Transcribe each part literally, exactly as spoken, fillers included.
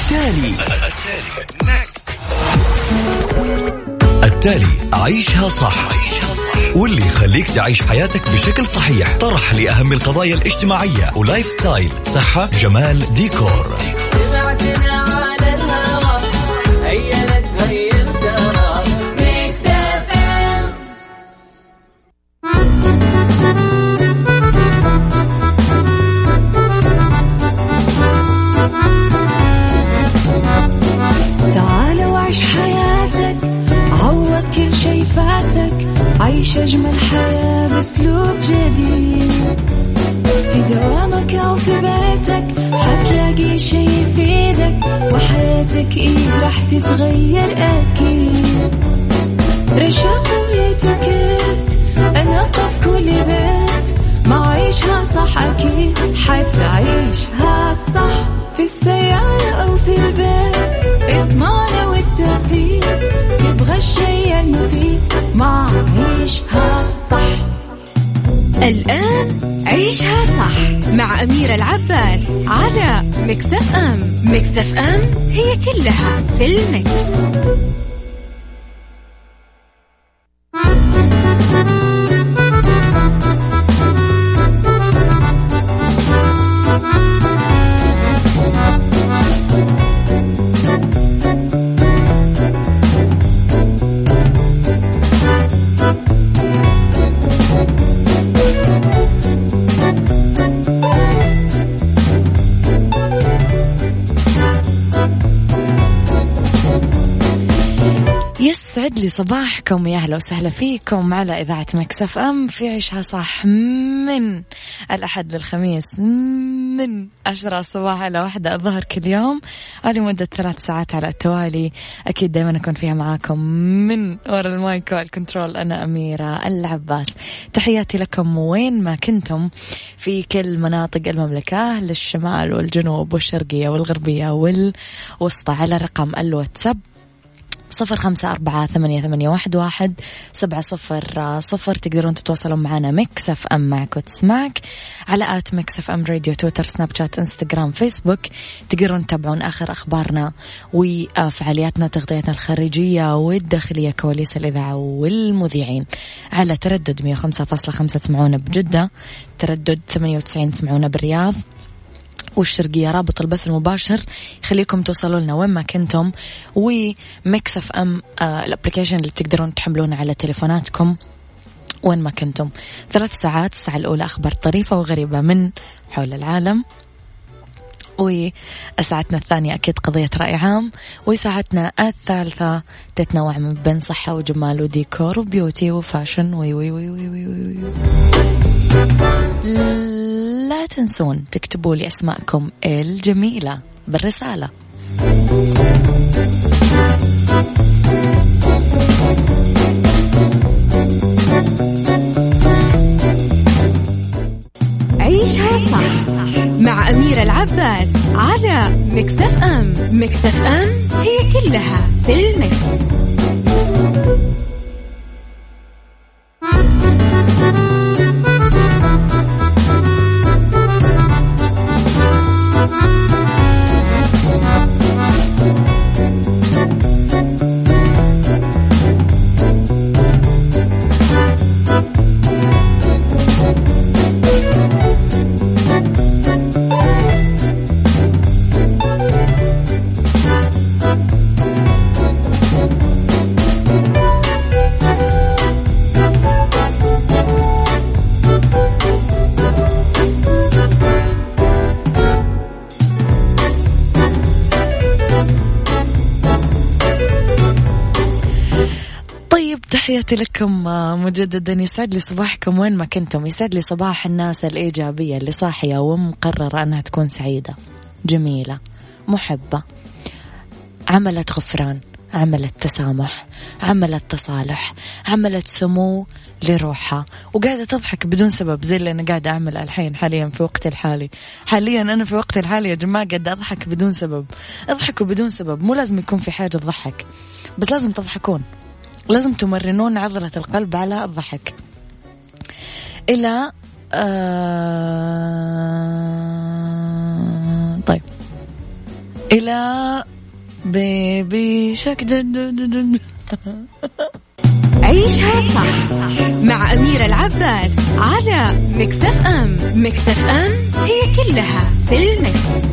التالي التالي عيشها صح، واللي يخليك تعيش حياتك بشكل صحيح. طرح لأهم القضايا الاجتماعية ولايف ستايل، صحة، جمال، ديكور. عيش أجمل حياة بأسلوب جديد، في دوامك أو في بيتك حتلاقي شي يفيدك، وحياتك إيه راح تتغير أكيد. رشاق ويتوكيت أنا قف كل بيت، ما عيشها صح أكيد حتعيشها صح، في السيارة أو في البيت اسمعنا والتوفيق، تبغى الشي المفيد ما عيشها صح. الآن عيشها صح مع أميرة العباس على ميكس اف ام. ميكس اف ام هي كلها في الميكس. يسعد لي صباحكم، يا أهلا وسهلا فيكم على إذاعة ميكس اف ام في عيشها صح، من الأحد للخميس من عشرة الصباح إلى واحدة الظهر كل يوم، لمدة ثلاث ساعات على التوالي. أكيد دايما أكون فيها معاكم من وراء المايك والكنترول، أنا أميرة العباس. تحياتي لكم وين ما كنتم في كل مناطق المملكة، للشمال والجنوب والشرقية والغربية والوسطى، على رقم الواتساب صفر خمسة أربعة ثمانية ثمانية واحد واحد سبعة صفر صفر. تقدرون تتواصلون معنا ميكس اف ام معك وتسمعك على آت ميكس اف ام راديو، تويتر، سناب شات، انستغرام، فيسبوك. تقدرون تتابعون آخر أخبارنا وفعالياتنا، تغطياتنا الخارجية والداخلية، كواليس الإذاعة والمذيعين على تردد مية وخمسة فاصلة خمسة تسمعونا بجدة، تردد ثمانية وتسعين تسمعونا بالرياض والشرقية. رابط البث المباشر خليكم توصلوا لنا وين ما كنتم، وميكس اف ام آه الابليكيشن اللي تقدرون تحملونه على تليفوناتكم وين ما كنتم. ثلاث ساعات، الساعة الأولى أخبار طريفة وغريبة من حول العالم، وساعتنا الثانية أكيد قضية رأي عام، وساعتنا الثالثة تتنوع من بين صحة وجمال وديكور وبيوتي وفاشن وي وي وي وي وي وي وي. لا تنسون تكتبوا لي أسماءكم الجميلة بالرسالة. عيشها صح مع أميرة العباس على ميكس اف ام. ميكس اف ام هي كلها في الميكس. تحياتي لكم مجددا، يسعد لي صباحكم وين ما كنتم، يسعد لي صباح الناس الإيجابية اللي صاحية ومقررة أنها تكون سعيدة، جميلة، محبة، عملت غفران، عملت تسامح، عملت تصالح، عملت سمو لروحها، وقاعدة تضحك بدون سبب زي اللي أنا قاعدة أعمل الحين حاليا في وقت الحالي. حاليا أنا في وقت الحالي يا جماعة قاعدة أضحك بدون سبب. اضحكوا بدون سبب، مو لازم يكون في حاجة تضحك، بس لازم تضحكون، لازم تمرنون عضلة القلب على الضحك. إلى آه... طيب إلى بيبي شك. عيشها صح مع أميرة العباس على ميكس اف ام. ميكس اف ام هي كلها في الميكس.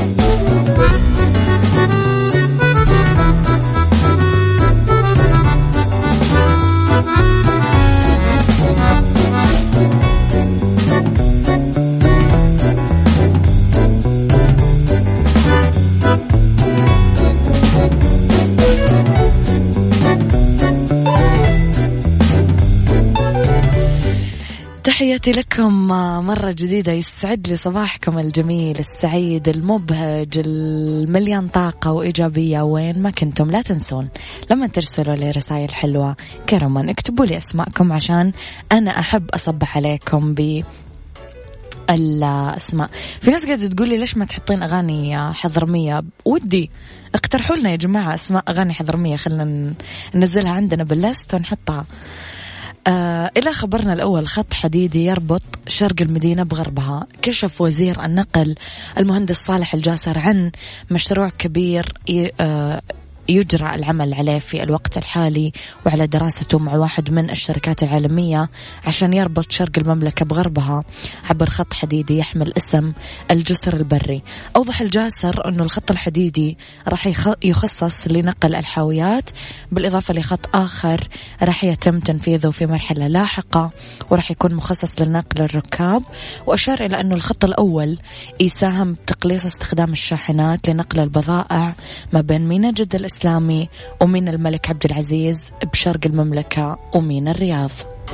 تحياتي لكم مرة جديدة. يسعد لي صباحكم الجميل السعيد المبهج المليان طاقة وإيجابية وين ما كنتم. لا تنسون لما ترسلوا لي رسائل حلوة كرما اكتبوا لي أسماءكم عشان أنا أحب أصبح عليكم ب الأسماء. في ناس قاعدة تقول لي ليش ما تحطين أغاني حضرمية؟ ودي اقترحوا لنا يا جماعة أسماء أغاني حضرمية، خلنا ننزلها عندنا بالليست ونحطها. آه إلى خبرنا الأول، خط حديدي يربط شرق المدينة بغربها. كشف وزير النقل المهندس صالح الجاسر عن مشروع كبير آه يجرى العمل عليه في الوقت الحالي وعلى دراسته مع واحد من الشركات العالمية عشان يربط شرق المملكة بغربها عبر خط حديدي يحمل اسم الجسر البري. أوضح الجاسر أنه الخط الحديدي راح يخصص لنقل الحاويات بالإضافة لخط آخر راح يتم تنفيذه في مرحلة لاحقة وراح يكون مخصص لنقل الركاب. وأشار إلى أنه الخط الأول يساهم بتقليص استخدام الشاحنات لنقل البضائع ما بين ميناء جدة الإسلامي ومن الملك عبد العزيز بشرق المملكة ومن الرياض.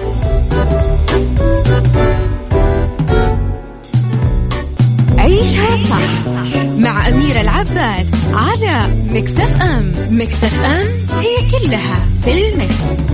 عيشها صح مع أميرة العباس على ميكس اف ام. ميكس اف ام هي كلها في الميكس.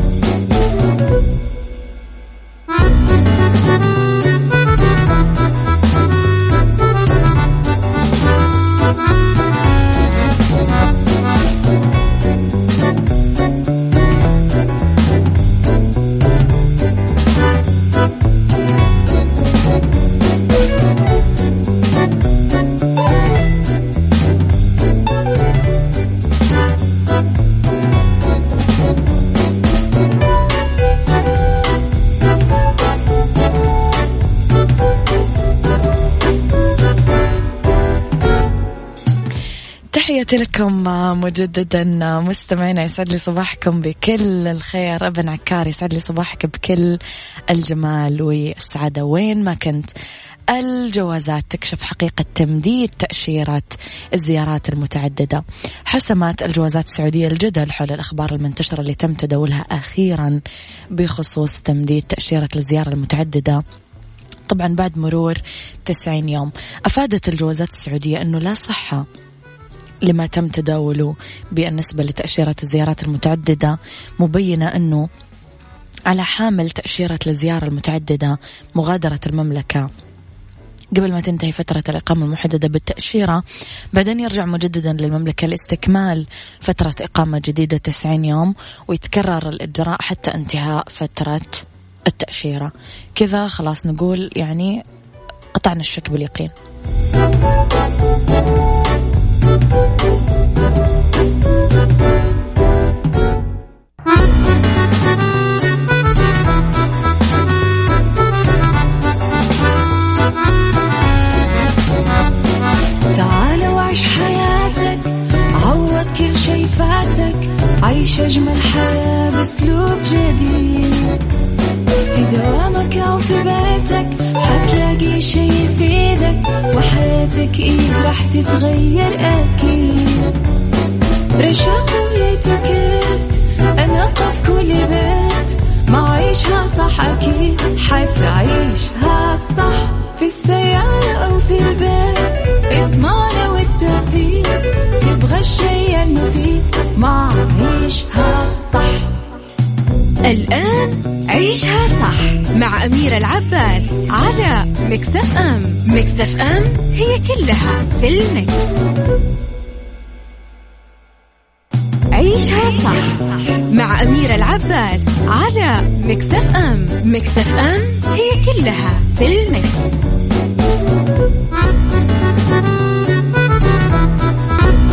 تحياتي لكم مجددا مستمعينا. يسعد لي صباحكم بكل الخير. ابن عكار يسعد لي صباحك بكل الجمال والسعادة وين ما كنت. الجوازات تكشف حقيقة تمديد تأشيرة الزيارات المتعددة. حسمت الجوازات السعودية الجدل حول الأخبار المنتشرة اللي تم تداولها أخيرا بخصوص تمديد تأشيرة الزيارة المتعددة طبعا بعد مرور تسعين يوم. أفادت الجوازات السعودية أنه لا صحة لما تم تداوله بالنسبة لتأشيرة الزيارات المتعددة، مبينة أنه على حامل تأشيرة الزيارة المتعددة مغادرة المملكة قبل ما تنتهي فترة الإقامة المحددة بالتأشيرة، بعدين يرجع مجددا للمملكة لاستكمال فترة إقامة جديدة تسعين يوم ويتكرر الإجراء حتى انتهاء فترة التأشيرة. كذا خلاص نقول يعني قطعنا الشك باليقين. تعال وعيش حياتك، عوض كل شي فاتك، عيش أجمل حياة بأسلوب جديد. في دوامك أو في بيتك حتلاقي شي يفيدك، وحياتك إيه راح تتغير أكيد. رشاق ويتوكيت أنا قف كل بيت، ما عيشها صح أكيد حتعيشها صح. في السيارة أو في البيت اسمعنا والتوفيق، تبغى الشي المفيد ما عيشها صح. الآن عيشها صح مع أميرة العباس على ميكس اف ام. ميكس اف ام هي كلها في الميكس. عيشها صح مع أميرة العباس على ميكس اف ام. ميكس اف ام هي كلها في الميكس.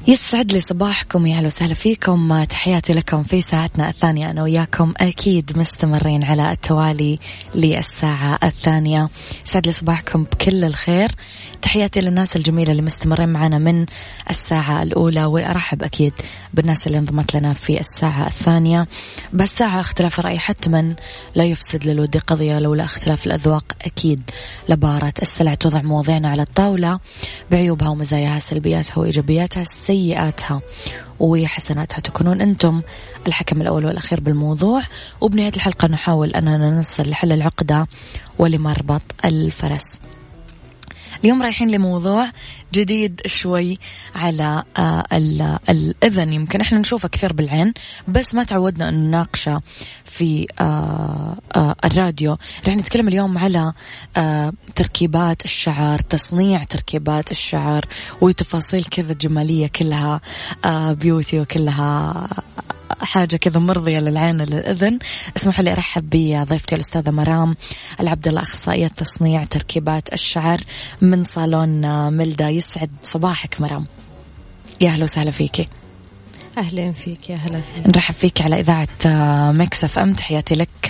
يسعد لي صباحكم، يا أهلا وسهلا فيكم. تحياتي لكم في ساعتنا الثانية. أنا وياكم أكيد مستمرين على التوالي للساعة الثانية. يسعد لي صباحكم بكل الخير. تحياتي للناس الجميلة اللي مستمرين معنا من الساعة الأولى، وأرحب أكيد بالناس اللي انضمت لنا في الساعة الثانية. بس ساعة اختلاف الرأي حتما لا يفسد للود قضية، لولا اختلاف الأذواق أكيد لبارة السلع. توضع مواضيعنا على الطاولة بعيوبها ومزاياها، سلبياتها وإيجابياتها، سيئاتها وحسناتها. تكونون أنتم الحكم الأول والأخير بالموضوع، وبنهاية الحلقة نحاول أننا نصل لحل العقدة ولمربط الفرس. اليوم رايحين لموضوع جديد شوي على آه الأذن. يمكن إحنا نشوفه كثير بالعين بس ما تعودنا أن نناقشه في آه آه الراديو. رح نتكلم اليوم على آه تركيبات الشعر، تصنيع تركيبات الشعر وتفاصيل كذا جمالية كلها آه بيوتي وكلها حاجة كذا مرضية للعين للأذن. اسمحوا لي أرحب بضيفتي الأستاذة مرام العبد الله، أخصائية تصنيع تركيبات الشعر من صالون ملدا. يسعد صباحك مرام، يا أهلا وسهلا فيكي. أهلا فيك، يا أهلا فيك. نرحب فيك على إذاعة ميكس اف ام. تحياتي لك،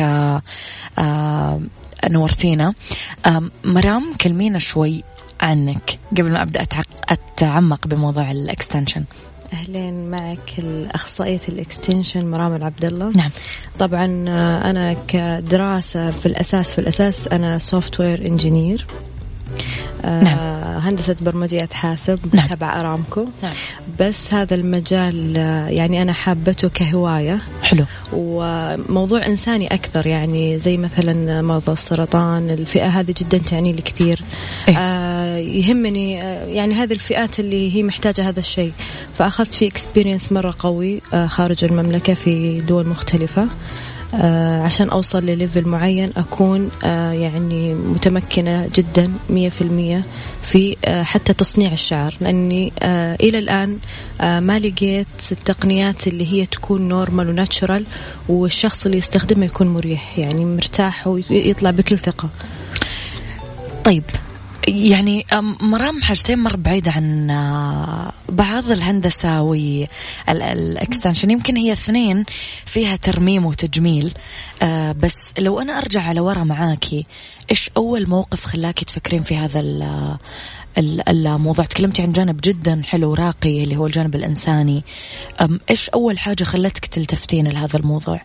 نورتينا. مرام كلمينا شوي عنك قبل ما أبدأ أتعمق بموضوع الإكستنشن. أهلين معك الأخصائية الإكستنشن مرام العبد الله. نعم. طبعا أنا كدراسة في الأساس في الأساس أنا سوفت وير إنجينير. نعم. هندسة برمجيات حاسب. نعم. تبع أرامكو. نعم. بس هذا المجال يعني أنا حابته كهواية. حلو. وموضوع إنساني أكثر، يعني زي مثلا مرضى السرطان، الفئة هذه جدا تعني لي كثير. إيه؟ آه يهمني آه يعني هذه الفئات اللي هي محتاجة هذا الشيء. فأخذت في إكسبيرينس مرة قوي آه خارج المملكة في دول مختلفة آه عشان أوصل لليفل معين أكون آه يعني متمكنة جدا مية في المية في آه حتى تصنيع الشعر، لأني آه إلى الآن آه ما لقيت التقنيات اللي هي تكون نورمال وناتشورال والشخص اللي يستخدمه يكون مريح، يعني مرتاح ويطلع بكل ثقة. طيب يعني مرام حاجتين مر بعيدة عن بعض، الهندسة والإكستنشن. يمكن هي اثنين فيها ترميم وتجميل، بس لو أنا أرجع على ورا معاكي، إيش أول موقف خلاكي تفكرين في هذا الموضوع؟ تكلمتي عن جانب جدا حلو راقي اللي هو الجانب الإنساني. إيش أول حاجة خلتك تلتفتين لهذا الموضوع؟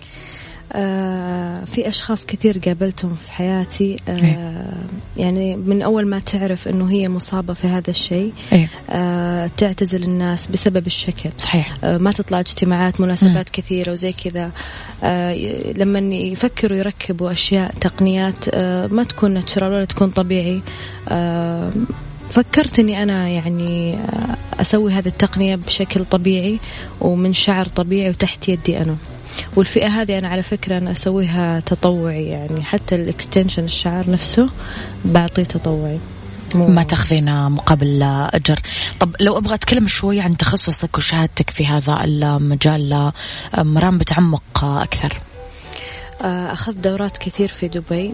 آه في أشخاص كثير قابلتهم في حياتي آه يعني من أول ما تعرف أنه هي مصابة في هذا الشيء آه تعتزل الناس بسبب الشكل. صحيح. آه ما تطلع اجتماعات مناسبات م. كثيرة وزي كذا. آه لما يفكروا يركبوا أشياء تقنيات آه ما تكون ناتشرال ولا تكون طبيعي. آه فكرت أني أنا يعني أسوي هذه التقنية بشكل طبيعي ومن شعر طبيعي وتحت يدي أنا. والفئة هذه أنا على فكرة أنا أسويها تطوعي، يعني حتى الإكستنشن الشعر نفسه بعطيه تطوعي، ما تاخذين مقابل أجر. طب لو أبغى أتكلم شوي عن تخصصك وشهادتك في هذا المجال مرام بتعمق أكثر. أخذت دورات كثير في دبي.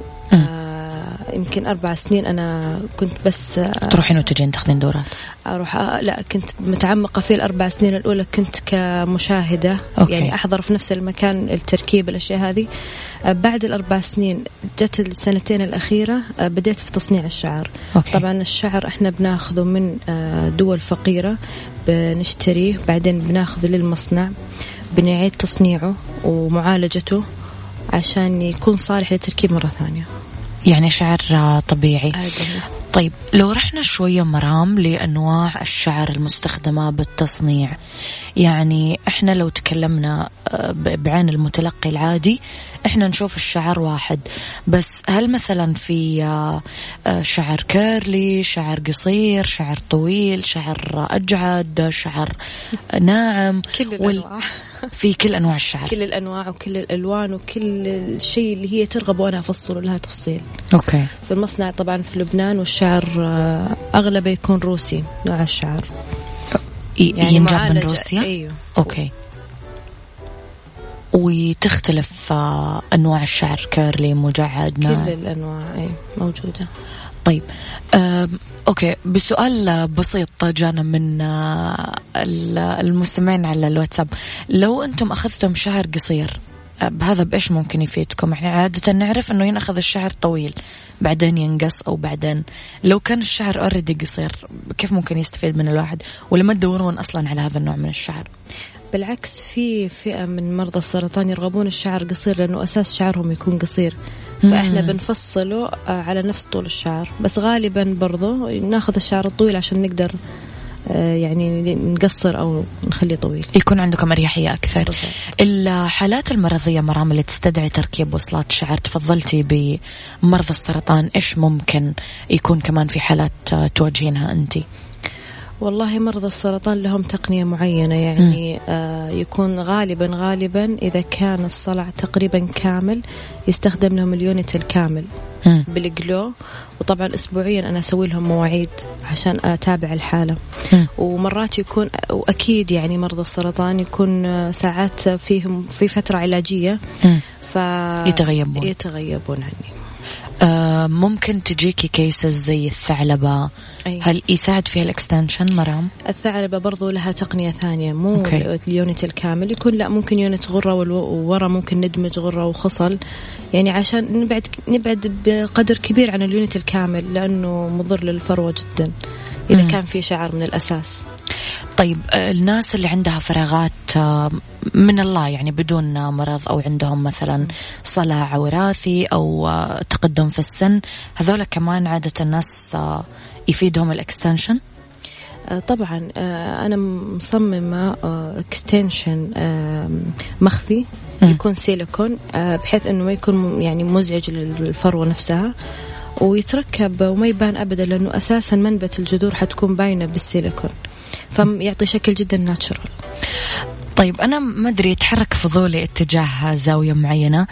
يمكن أربع سنين أنا كنت بس تروحين وتجين تاخذين دورات؟ أروح لا كنت متعمقة في الأربع سنين الأولى كنت كمشاهدة. أوكي. يعني أحضر في نفس المكان التركيب الأشياء هذه. بعد الأربع سنين جت السنتين الأخيرة بديت في تصنيع الشعر. أوكي. طبعا الشعر إحنا بناخذه من دول فقيرة بنشتريه، بعدين بناخذه للمصنع بنعيد تصنيعه ومعالجته عشان يكون صالح للتركيب مرة ثانية. يعني شعر طبيعي. عادي. طيب لو رحنا شوية مرام لأنواع الشعر المستخدمة بالتصنيع، يعني إحنا لو تكلمنا بعين المتلقي العادي إحنا نشوف الشعر واحد، بس هل مثلا في شعر كيرلي، شعر قصير، شعر طويل، شعر أجعد، شعر ناعم؟ كل الأنواع. في كل أنواع الشعر، كل الأنواع وكل الألوان وكل الشيء اللي هي ترغب وأنا أفصل لها تفصيل. أوكي. في المصنع طبعا في لبنان والشعر أغلبه يكون روسي نوع الشعر، يعني ينجاب من روسيا. أيوه. أوكي. وتختلف أنواع الشعر كيرلي، مجعد، كل الأنواع أي موجودة. طيب آه، أوكي، بسؤال بسيط جانا من آه المستمعين على الواتساب. لو أنتم أخذتم شعر قصير بهذا بإيش ممكن يفيدكم؟ إحنا عادة نعرف إنه ينأخذ الشعر طويل بعدين ينقص، أو بعدين لو كان الشعر أوريدي قصير كيف ممكن يستفيد من الواحد؟ ولا ما تدورون أصلا على هذا النوع من الشعر؟ بالعكس، في فئة من مرضى السرطان يرغبون الشعر قصير لأنه أساس شعرهم يكون قصير، فإحنا بنفصله على نفس طول الشعر. بس غالبا برضو ناخذ الشعر الطويل عشان نقدر يعني نقصر أو نخليه طويل، يكون عندكم أريحية أكثر. الحالات المرضية مرام اللي تستدعي تركيب وصلات شعر، تفضلتي بمرضى السرطان، إيش ممكن يكون كمان في حالات تواجهينها أنتي؟ والله مرضى السرطان لهم تقنية معينة، يعني آه يكون غالبا غالبا إذا كان الصلع تقريبا كامل يستخدم لهم اليونت الكامل بالجلو، وطبعا أسبوعيا أنا أسوي لهم مواعيد عشان أتابع الحالة. م. ومرات يكون، وأكيد يعني مرضى السرطان يكون ساعات فيهم في فترة علاجية فيتغيبون يتغيبون عني. آه ممكن تجيكي كيسز زي الثعلبة. أيه. هل يساعد فيها الإكستنشن مرام؟ الثعلبة برضو لها تقنية ثانية، مو أوكي. اليونت الكامل يكون، لا ممكن يونت غرة وورا، ممكن ندمج غرة وخصل، يعني عشان نبعد نبعد بقدر كبير عن اليونت الكامل لأنه مضر للفروة جدا إذا م. كان في شعر من الأساس. طيب الناس اللي عندها فراغات من الله يعني بدون مرض، أو عندهم مثلا صلع وراثي أو تقدم في السن، هذولا كمان عادة الناس يفيدهم الإكستنشن؟ طبعا أنا مصممة إكستنشن مخفي يكون سيليكون، بحيث أنه ما يكون يعني مزعج للفروة نفسها، ويتركب وما يبان أبدا لأنه أساسا منبت الجذور حتكون باينة بالسيليكون، فيعطي شكل جدا ناتشرال. طيب أنا ما أدري، يتحرك فضولي اتجاه زاوية معينة.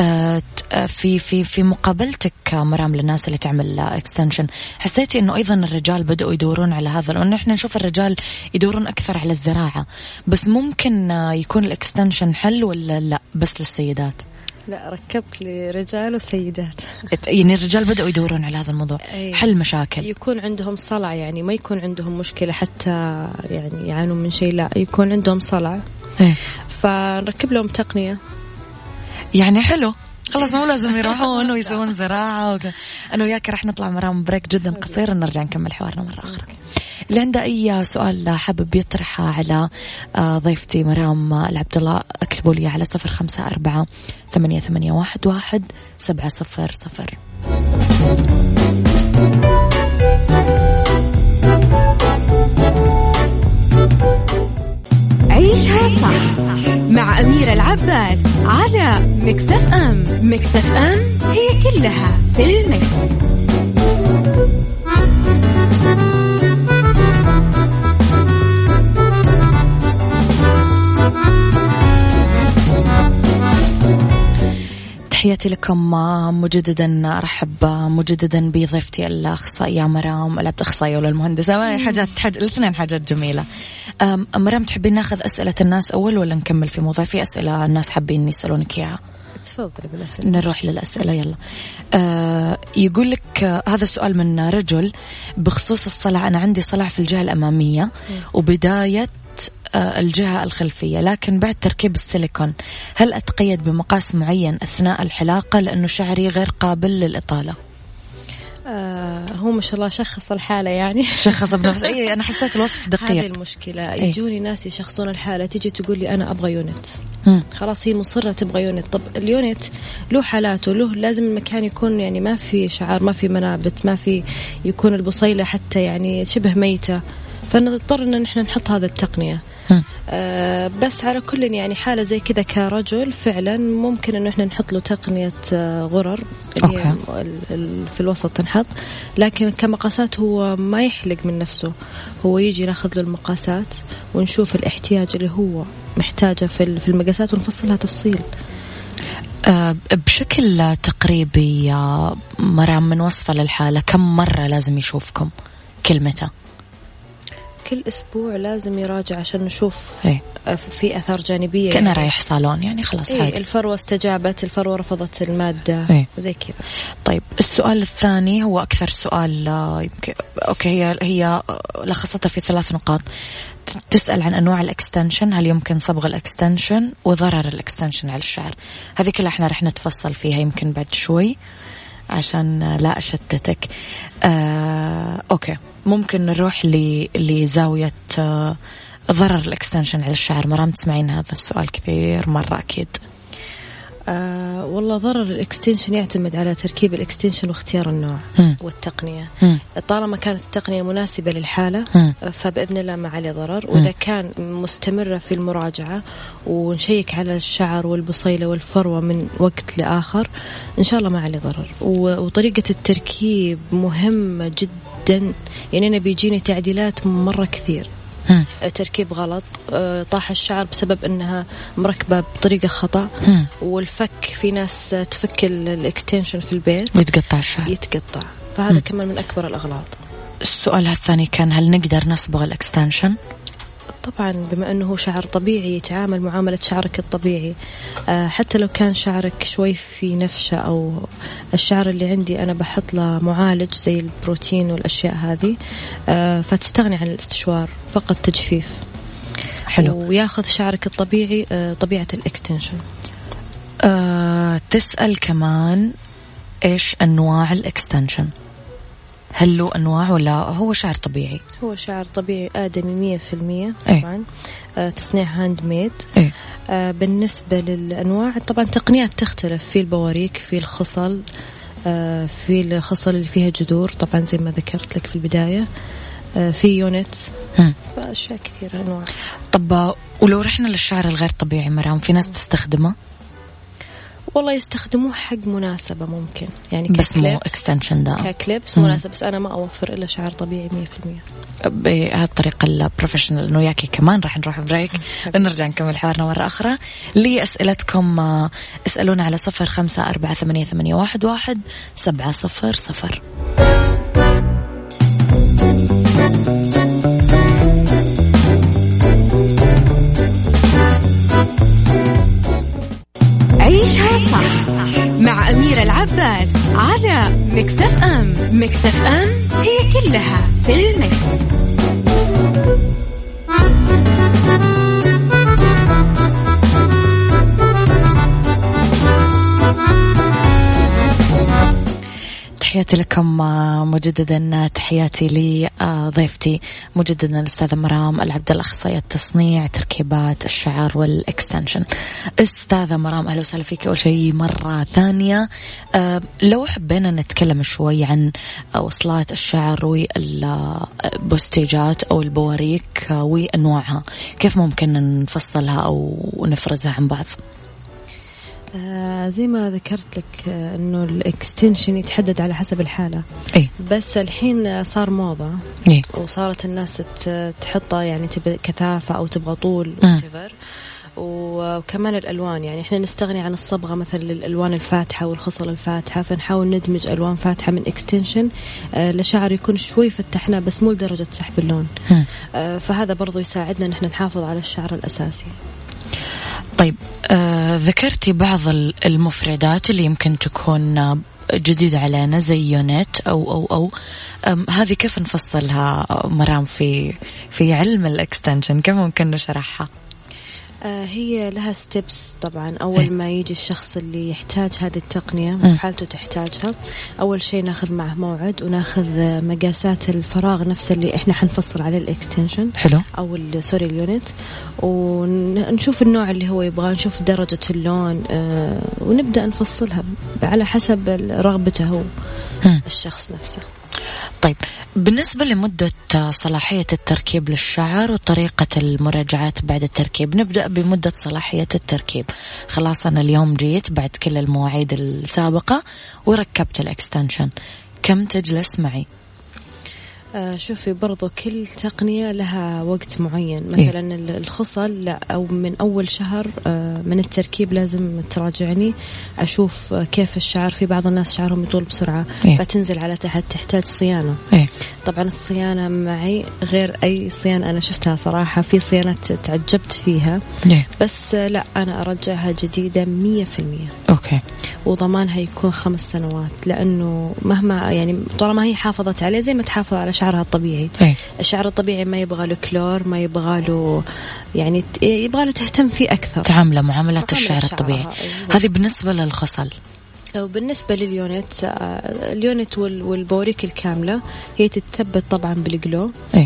في في في مقابلتك مرام للناس اللي تعمل اكستنشن، حسيتي إنه أيضا الرجال بدأوا يدورون على هذا؟ لأنه إحنا نشوف الرجال يدورون أكثر على الزراعة، بس ممكن يكون الاكستنشن حل ولا لا بس للسيدات؟ لا، ركبت لرجال وسيدات. يعني الرجال بدأوا يدورون على هذا الموضوع. أيه. حل مشاكل، يكون عندهم صلع، يعني ما يكون عندهم مشكلة حتى يعني يعانوا من شيء، لا يكون عندهم صلع. أيه. فنركب لهم تقنية يعني حلو. خلاص مو لازم يروحون ويسوون زراعة وك... أنا وياك رح نطلع مرام بريك جدا قصير ونرجع نكمل حوارنا مرة أخرى. اللي عنده أي سؤال حابب يطرحه على ضيفتي مرام العبد الله، اكتبوا لي على صفر خمسة أربعة ثمانية ثمانية واحد واحد سبعة صفر صفر. عيشها صح مع أميرة العباس على ميكس اف ام. ميكس اف ام هي كلها في الميكس. تحياتي لكم مجددا، أرحب مجددا بضيفتي الأخصائية مرام العبد، أخصائية ولا المهندسة، حاجات حاج... الاثنين حاجات جميلة. مرام تحبين ناخذ أسئلة الناس أول ولا نكمل في موضوع؟ في أسئلة الناس حابين يسألونك إياها. تفضل بالأسئلة. نروح للأسئلة يلا. آه يقول لك آه هذا السؤال من رجل بخصوص الصلع. أنا عندي صلع في الجهة الأمامية م. وبداية الجهة الخلفية، لكن بعد تركيب السيليكون هل أتقيد بمقاس معين أثناء الحلاقة لأنه شعري غير قابل للإطالة؟ آه هو ما شاء الله شخص الحالة، يعني شخص بنفسه. أي أنا حسيت الوصف دقيق. هذه المشكلة. يجوني ناس يشخصون الحالة، تيجي تقول لي أنا أبغى يونت. م. خلاص هي مصرة تبغى يونت. طب اليونت له حالاته، له لازم المكان يكون يعني ما في شعر، ما في منابت، ما في، يكون البصيلة حتى يعني شبه ميتة، فنضطر ان نحن نحط هذا التقنية. آه بس على كل يعني حالة زي كذا كرجل فعلا ممكن انه احنا نحط له تقنية آه غرر اللي هي في الوسط تنحط، لكن كمقاسات هو ما يحلق من نفسه، هو يجي ناخذ له المقاسات ونشوف الاحتياج اللي هو محتاجه في المقاسات ونفصلها تفصيل. أه بشكل تقريبي مرام من وصفة للحالة كم مرة لازم يشوفكم؟ كلمته كل أسبوع لازم يراجع عشان نشوف إيه؟ في أثار جانبية. كأنه يعني رايح صالون يعني خلاص. إيه عادي. الفروة استجابت، الفروة رفضت المادة. إيه؟ زي كذا. طيب السؤال الثاني هو أكثر سؤال يمكن أوكي هي هي لخصتها في ثلاث نقاط. تسأل عن أنواع الإكستنشن، هل يمكن صبغ الإكستنشن، وضرر الإكستنشن على الشعر. هذه كلها احنا رح نتفصل فيها يمكن بعد شوي عشان لا أشتتك. آه، أوكي ممكن نروح لزاوية آه، ضرر الإكستنشن على الشعر. مرام تسمعين هذا السؤال كثير مرة أكيد. آه والله ضرر الإكستنشن يعتمد على تركيب الإكستنشن واختيار النوع م. والتقنية. م. طالما كانت التقنية مناسبة للحالة م. فبإذن الله ما عليه ضرر. وإذا كان مستمرة في المراجعة ونشيك على الشعر والبصيلة والفروة من وقت لآخر إن شاء الله ما عليه ضرر. وطريقة التركيب مهمة جدا، يعني أنا بيجيني تعديلات مرة كثير مم. تركيب غلط، طاح الشعر بسبب أنها مركبة بطريقة خطأ. مم. والفك في ناس تفك الإكستنشن في البيت ويتقطع الشعر يتقطع، فهذا مم. كمان من أكبر الأغلاط. السؤال الثاني كان هل نقدر نصبغ الإكستنشن؟ طبعا بما أنه شعر طبيعي يتعامل معاملة شعرك الطبيعي. أه حتى لو كان شعرك شوي في نفشة أو الشعر اللي عندي أنا بحط له معالج زي البروتين والأشياء هذه، أه فتستغني عن الاستشوار، فقط تجفيف. حلو. وياخذ شعرك الطبيعي أه طبيعة الإكستنشن. أه تسأل كمان إيش أنواع الإكستنشن؟ هل له أنواع ولا هو شعر طبيعي؟ هو شعر طبيعي آدمي مية في المية طبعا. ايه؟ آه تصنيع هاند ميد. ايه؟ آه بالنسبة للأنواع طبعا تقنيات تختلف، في البواريك، في الخصل، آه في الخصل اللي فيها جذور طبعا زي ما ذكرت لك في البداية، آه في يونت، فأشياء كثيرة أنواع. طب ولو رحنا للشعر الغير طبيعي مرام، في ناس تستخدمه؟ والله يستخدموه حق مناسبة ممكن، يعني بس مو اكستنشن ده ككليبس مناسب، بس أنا ما أوفر إلا شعر طبيعي مية في المية بهالطريقة البروفيشنال. إنه ياكي كمان راح نروح بريك ونرجع نكمل حوارنا مرة أخرى. لي أسئلتكم اسألونا على صفر خمسة أربعة ثمانية ثمانية واحد واحد سبعة صفر صفر. عيشها صح مع أميرة العباس على ميكس اف ام. ميكس اف ام هي كلها في الميكس. تحياتي لكم مجددا، تحياتي لضيفتي مجددا الأستاذة مرام العبد، الأخصائية التصنيع تركيبات الشعر والإكستنشن. أستاذة مرام أهلا وسهلا فيك أول شيء مرة ثانية. أه لو حبينا نتكلم شوي عن وصلات الشعر والبوستيجات أو البواريك وأنواعها، كيف ممكن نفصلها أو نفرزها عن بعض؟ آه زي ما ذكرت لك آه انه الاكستنشن يتحدد على حسب الحالة. إيه؟ بس الحين صار موضة. إيه؟ وصارت الناس تحطها يعني تبغى كثافة او تبغى طول whatever. وكمان الالوان، يعني احنا نستغني عن الصبغة مثلا للالوان الفاتحة والخصل الفاتحة، فنحاول ندمج الوان فاتحة من اكستنشن آه لشعر يكون شوي فتحناه بس مو لدرجة سحب اللون. آه فهذا برضو يساعدنا نحن نحافظ على الشعر الاساسي. طيب آه ذكرتي بعض المفردات اللي يمكن تكون جديدة علينا زي يونت أو أو أو هذه كيف نفصلها مرام في في علم الإكستنشن؟ كيف ممكن نشرحها؟ آه هي لها ستيبس طبعا. أول إيه؟ ما يجي الشخص اللي يحتاج هذه التقنية وحالته تحتاجها، أول شيء ناخذ معه موعد وناخذ مقاسات الفراغ نفسه اللي إحنا حنفصل عليه الإكستنشن. حلو. أو سوري اليونت، ونشوف النوع اللي هو يبغاه، نشوف درجة اللون آه ونبدأ نفصلها على حسب رغبته هو الشخص نفسه. طيب بالنسبة لمدة صلاحية التركيب للشعر وطريقة المراجعات بعد التركيب، نبدأ بمدة صلاحية التركيب. خلاص أنا اليوم جيت بعد كل المواعيد السابقة وركبت الإكستنشن، كم تجلس معي؟ آه شوفي برضو كل تقنية لها وقت معين. مثلا إيه؟ الخصل لا، أو من أول شهر آه من التركيب لازم تراجعني أشوف كيف الشعر. في بعض الناس شعرهم يطول بسرعة إيه؟ فتنزل على تحت، تحتاج صيانة إيه؟ طبعا الصيانة معي غير أي صيانة أنا شفتها صراحة. في صيانات تعجبت فيها إيه؟ بس آه لا، أنا أرجعها جديدة مية في المية. أوكي. وضمانها يكون خمس سنوات، لأنه مهما يعني طالما هي حافظت عليه زي ما تحافظ على شعرها الطبيعي. أي. الشعر الطبيعي ما يبغى له كلور، ما يبغى له يعني يبغى له تهتم فيه أكثر، تعامله معاملة الشعر الطبيعي. هذه بالنسبة للخصل. وبالنسبة لليونت، اليونت والبوريك الكاملة هي تتثبت طبعا بالجلو. أي.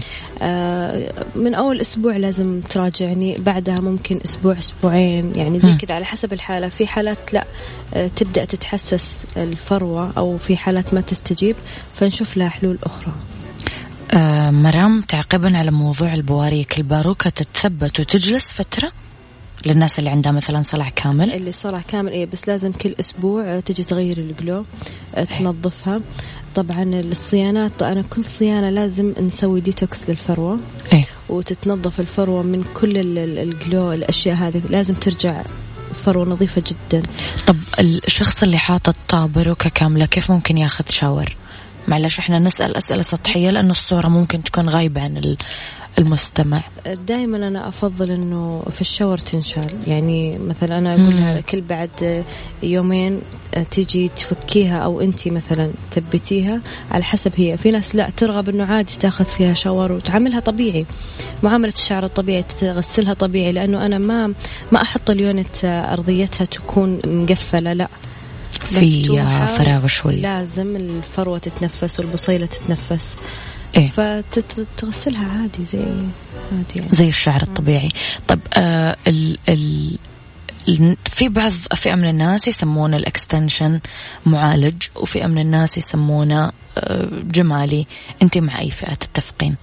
من أول أسبوع لازم تراجعني، بعدها ممكن أسبوع أسبوعين يعني زي كذا على حسب الحالة. في حالات لا تبدأ تتحسس الفروة، أو في حالات ما تستجيب، فنشوف لها حلول أخرى. آه مرام، تعقيبا على موضوع البواريك، الباروكة تتثبت وتجلس فترة للناس اللي عندها مثلا صلع كامل؟ اللي صلع كامل إيه، بس لازم كل أسبوع تجي تغير الجلو، تنظفها. طبعا الصيانات، أنا كل صيانة لازم نسوي ديتوكس للفروة إيه؟ وتتنظف الفروة من كل الجلو، الأشياء هذه لازم ترجع فروة نظيفة جدا. طب الشخص اللي حاطط باروكة كاملة كيف ممكن ياخذ شاور؟ معلش احنا نسأل أسئلة سطحية لأنه الصورة ممكن تكون غايبة عن المستمع. دائما أنا أفضل أنه في الشاور تنشال. يعني مثلا أنا أقولها كل بعد يومين تيجي تفكيها، أو أنتي مثلا تثبتيها على حسب. هي في ناس لا ترغب أنه عادي تاخذ فيها شاور وتعاملها طبيعي، معاملة الشعر الطبيعي، تغسلها طبيعي. لأنه أنا ما ما أحط اليونت أرضيتها تكون مقفلة، لا، في فراغ شوي. لازم الفروة تتنفس والبصيلة تتنفس إيه؟ فتغسلها عادي زي عادي يعني. زي الشعر الطبيعي. طب آه ال ال في بعض فئة من الناس يسمونه الإكستنشن معالج، وفئة من الناس يسمونه آه جمالي. أنت مع أي فئة تتفقين؟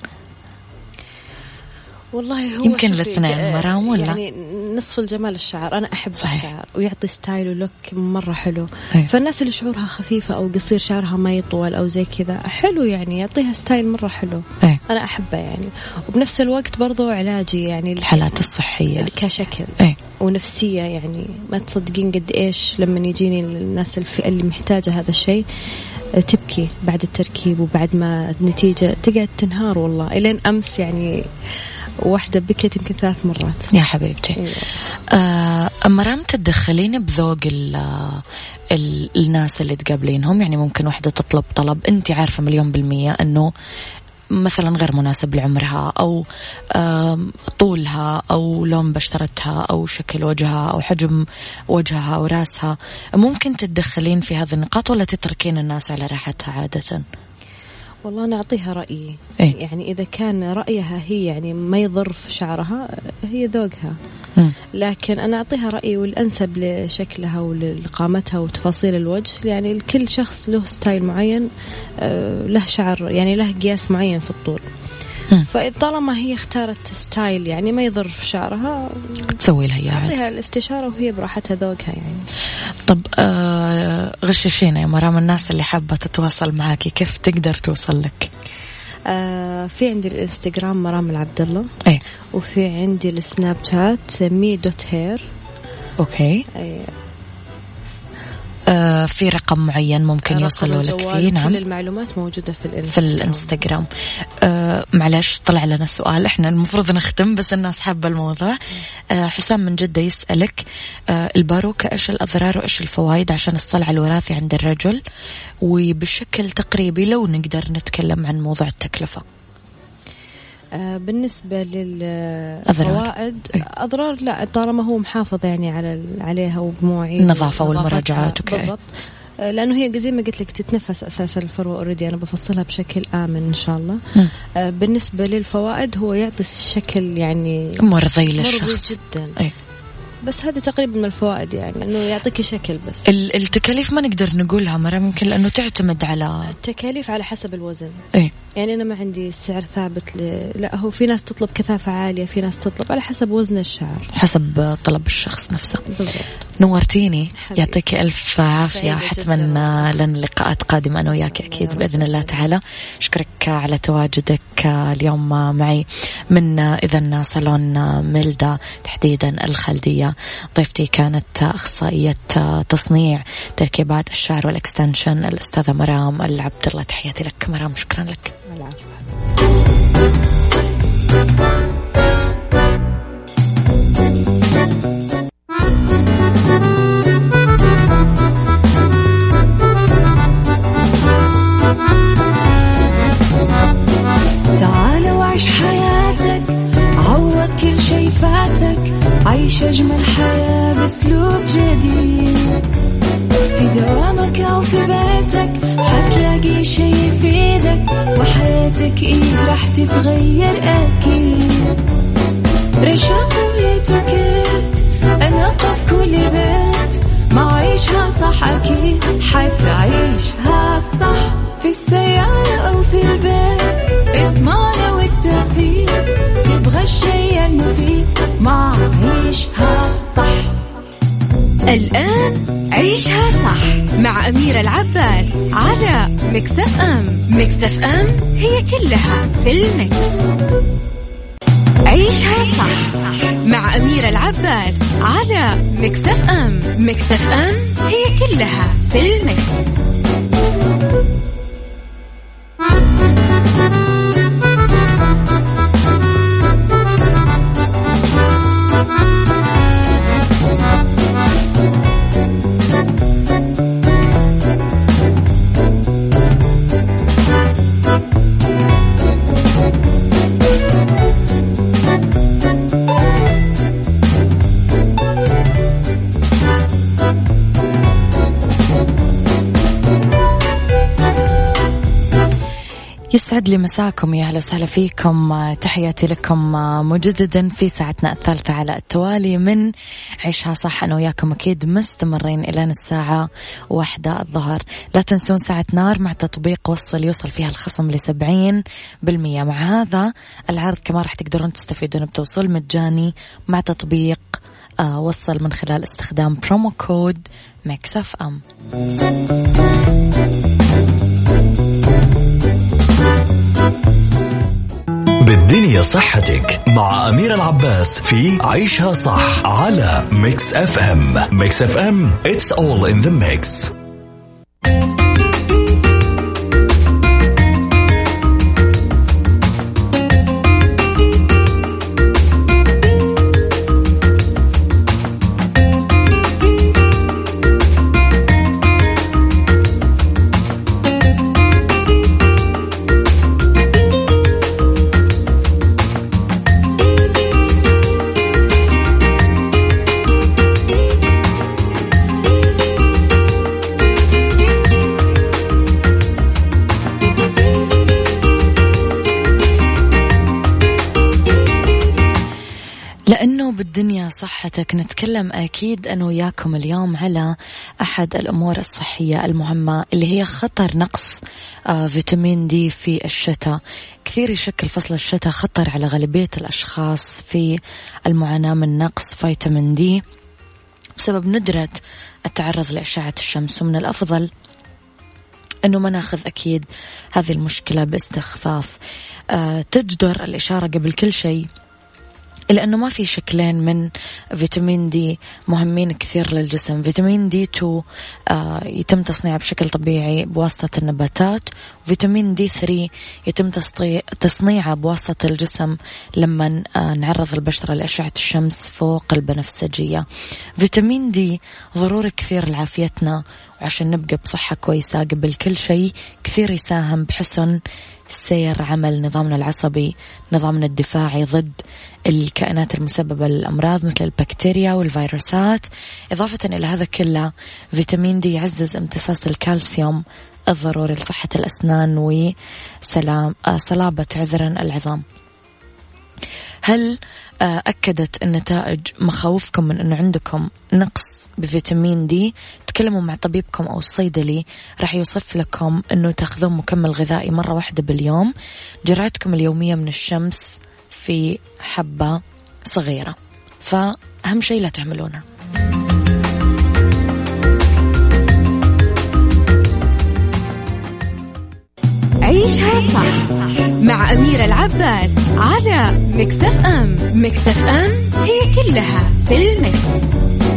والله هو يمكن الاثنين مرام ولا يعني نصف الجمال الشعر. أنا أحب صحيح. الشعر ويعطي ستايل ولوك مرة حلو. أيه. فالناس اللي شعورها خفيفة أو قصير شعرها ما يطول أو زي كذا حلو، يعني يعطيها ستايل مرة حلو. أيه. أنا أحبه يعني. وبنفس الوقت برضو علاجي يعني الحالات الصحية كشكل أيه. ونفسية. يعني ما تصدقين قد إيش لما يجيني الناس الفئة اللي محتاجة هذا الشيء تبكي بعد التركيب، وبعد ما النتيجة تقعد تنهار. والله إلين أمس يعني واحدة بكت يمكن ثلاث مرات. يا حبيبتي. أيوة. آه مرام، تدخلين بذوق ال ال الناس اللي تقابلينهم. يعني ممكن واحدة تطلب طلب أنت عارفة مليون بالمية أنه مثلا غير مناسب لعمرها، أو طولها، أو لون بشرتها، أو شكل وجهها، أو حجم وجهها أو راسها. ممكن تتدخلين في هذه النقاط ولا تتركين الناس على راحتها عادة؟ والله أنا أعطيها رأيي. إيه؟ يعني إذا كان رأيها هي يعني ما يضر في شعرها، هي ذوقها. م. لكن أنا أعطيها رأيي والأنسب لشكلها ولقامتها وتفاصيل الوجه. يعني الكل شخص له ستايل معين، له شعر يعني له قياس معين في الطول. فطالما هي اختارت ستايل يعني ما يضر في شعرها، تسوي لها إياه، تعطيها الاستشارة وهي براحتها ذوقها يعني. طب آه غششينا يا مرام، الناس اللي حابة تتواصل معاكي كيف تقدر توصل لك؟ آه في عندي الانستغرام مرام العبد الله. ايه. وفي عندي السناب شات مي دوت هير. اوكي. ايه. آه في رقم معين ممكن يوصلوا لك فيه؟ نعم. كل المعلومات موجودة في الانستغرام. في الانستغرام. آه معلش طلع لنا سؤال، احنا المفروض نختم بس الناس حابة الموضوع. آه حسام من جدة يسألك آه الباروكة ايش الأضرار وايش الفوائد عشان الصلع الوراثي عند الرجل، وبشكل تقريبي لو نقدر نتكلم عن موضوع التكلفة. آه بالنسبة للفوائد، أضرار لا، طالما هو محافظ يعني على عليها وبمواعيد النظافة والمراجعات وكذا. بالضبط. آه لأنه هي زي ما قلت لك تتنفس أساسا الفروة أوريدي، أنا بفصلها بشكل آمن إن شاء الله. آه بالنسبة للفوائد، هو يعطي الشكل يعني مرضي للشخص جدا. أي. بس هذا تقريبا من الفوائد، يعني انه يعطيك شكل. بس التكاليف ما نقدر نقولها مرة، ممكن لانه تعتمد على التكاليف على حسب الوزن. ايه يعني أنا ما عندي سعر ثابت ل... لا هو في ناس تطلب كثافة عالية، في ناس تطلب على حسب وزن الشعر، حسب طلب الشخص نفسه. بالضبط. نورتيني، يعطيك ألف عافية. حتما لنا لقاءات قادمة أنا وياك أكيد بإذن الله تعالى. أشكرك على تواجدك اليوم معي من إذن صالون ميلدا تحديدا الخلدية. ضيفتي كانت أخصائية تصنيع تركيبات الشعر والإكستنشن الأستاذة مرام العبد الله. تحياتي لك مرام، شكرا لك. تعال وعيش حياتك، عوض كل شي فاتك، عيش أجمل حياة بأسلوب جديد. في دوامك أو في بيتك حتلاقي شي يفيدك، وحياتك إيه راح تتغير أكيد. رشاق ويتوكيت أنا قف كل بيت، ما عيشها صح أكيد حتعيشها صح. في السيارة أو في البيت اسمعنا والتوفيق، تبغى الشي المفيد ما عيشها صح. الآن عيشها صح مع أميرة العباس على ميكس اف ام. ميكس اف ام هي كلها في الميكس. عيشها صح مع أميرة العباس على ميكس اف ام. ميكس اف ام هي كلها في الميكس. يسعد لي مساكم، يا أهلا وسهلا فيكم. تحياتي لكم مجددا في ساعتنا الثالثة على التوالي من عيشها صح. أنا وياكم أكيد مستمرين إلى الساعة واحدة الظهر. لا تنسون ساعة نار مع تطبيق وصل يوصل فيها الخصم لسبعين بالمية. مع هذا العرض كمان راح تقدرون تستفيدون بتوصيل مجاني مع تطبيق آه وصل من خلال استخدام برومو كود ميكس اف ام. بالدنيا صحتك مع أميرة العباس في عيشها صح على ميكس اف ام. ميكس اف ام it's all in the mix. لأنه بالدنيا صحتك نتكلم أكيد أنا وياكم اليوم على أحد الأمور الصحية المهمة اللي هي خطر نقص آه فيتامين دي في الشتاء. كثير يشكل فصل الشتاء خطر على غالبية الأشخاص في المعاناة من نقص فيتامين دي بسبب ندرة التعرض لأشعة الشمس. ومن الأفضل أنه ما ناخذ أكيد هذه المشكلة باستخفاف. آه تجدر الإشارة قبل كل شيء إلا أنه ما في شكلين من فيتامين دي مهمين كثير للجسم. فيتامين دي اثنين آه يتم تصنيعه بشكل طبيعي بواسطة النباتات، وفيتامين دي ثلاثة يتم تصنيعه بواسطة الجسم لما آه نعرض البشرة لأشعة الشمس فوق البنفسجية. فيتامين دي ضروري كثير لعافيتنا وعشان نبقى بصحة كويسة. قبل كل شيء كثير يساهم بحسن سير عمل نظامنا العصبي، نظامنا الدفاعي ضد الكائنات المسببة للأمراض مثل البكتيريا والفيروسات. إضافة إلى هذا كله فيتامين دي يعزز امتصاص الكالسيوم الضروري لصحة الأسنان وسلام صلابة عذرا العظام. هل أكدت النتائج مخاوفكم من أنه عندكم نقص بفيتامين دي، تكلموا مع طبيبكم أو الصيدلي، راح يوصف لكم أنه تأخذون مكمل غذائي مرة واحدة باليوم. جرعتكم اليومية من الشمس في حبة صغيرة، فأهم شيء لا تعملونه. عيشها صح مع أميرة العباس على ميكس اف ام. ميكس اف ام هي كلها في الميكس.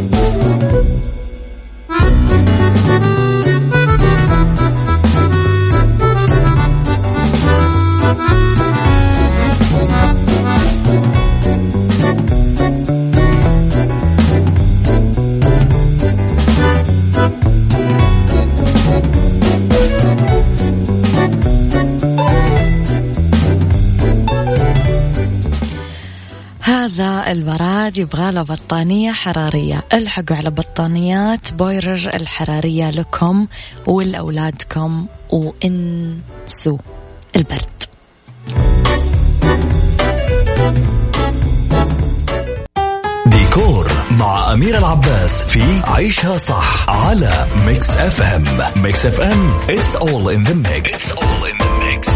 هذا البراد يبغى له بطانية حرارية. الحقوا على بطانيات بويرر الحرارية لكم ولأولادكم وانسوا البرد. ديكور مع أميرة العباس في عيشها صح على ميكس اف ام. ميكس اف ام it's all in the mix. It's all in the mix.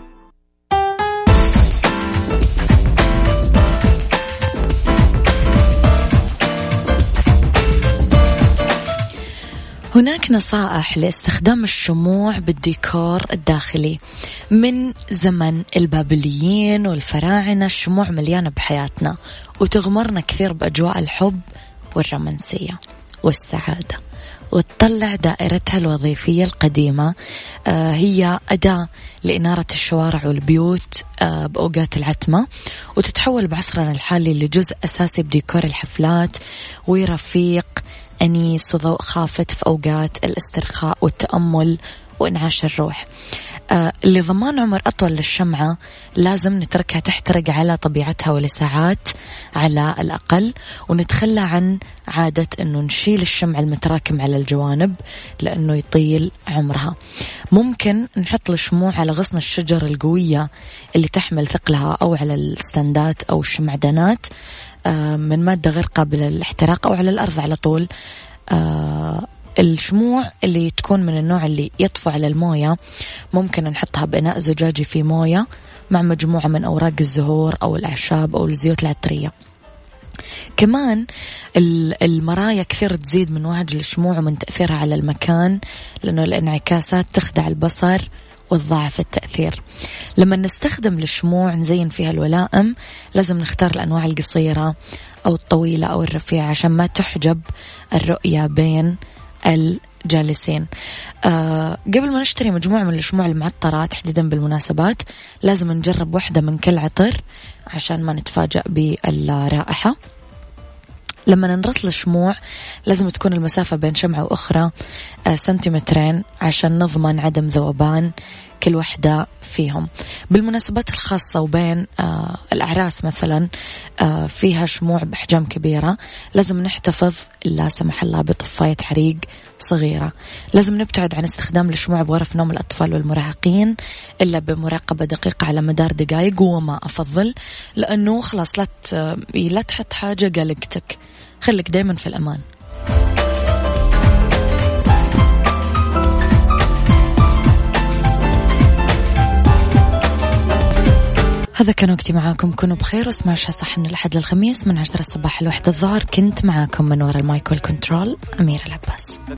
هناك نصائح لاستخدام الشموع بالديكور الداخلي. من زمن البابليين والفراعنة الشموع مليانة بحياتنا وتغمرنا كثير بأجواء الحب والرومانسية والسعادة، وتطلع دائرتها الوظيفية القديمة. آه هي أداة لإنارة الشوارع والبيوت آه بأوقات العتمة، وتتحول بعصرنا الحالي لجزء أساسي بديكور الحفلات ورفيق أنيس وضوء خافت في أوقات الاسترخاء والتأمل وإنعاش الروح. آه لضمان عمر أطول للشمعة لازم نتركها تحترق على طبيعتها ولساعات على الأقل، ونتخلى عن عادة أنه نشيل الشمع المتراكم على الجوانب لأنه يطيل عمرها. ممكن نحط الشموع على غصن الشجر القوية اللي تحمل ثقلها، أو على الستاندات أو الشمعدانات آه من مادة غير قابلة للاحتراق، أو على الأرض على طول. آه الشموع اللي تكون من النوع اللي يطفو على الموية ممكن نحطها بإناء زجاجي في موية مع مجموعة من أوراق الزهور أو الأعشاب أو الزيوت العطرية. كمان المرايا كثير تزيد من وهج الشموع ومن تأثيرها على المكان، لأنه الانعكاسات تخدع البصر وتضاعف التأثير. لما نستخدم الشموع نزين فيها الولائم لازم نختار الأنواع القصيرة أو الطويلة أو الرفيعة عشان ما تحجب الرؤية بين الجالسين. آه قبل ما نشتري مجموعة من الشموع المعطرة تحديدا بالمناسبات لازم نجرب واحدة من كل عطر عشان ما نتفاجأ بالرائحة. لما نرسل الشموع لازم تكون المسافة بين شمعة وأخرى آه سنتيمترين عشان نضمن عدم ذوبان كل واحدة فيهم. بالمناسبات الخاصة وبين آه الأعراس مثلا آه فيها شموع بأحجام كبيرة لازم نحتفظ لا سمح الله بطفاية حريق صغيرة. لازم نبتعد عن استخدام الشموع بغرف نوم الأطفال والمراهقين إلا بمراقبة دقيقة على مدار دقائق وما أفضل، لأنه خلاص لا لا تحط حاجة قلقتك، خليك دايما في الأمان. هذا كان وقتي معاكم، كونوا بخير واسمعوا عيشها صح من الأحد للخميس من عشرة الصباح لواحد الظهر. كنت معاكم من وراء المايك والكنترول أميرة العباس.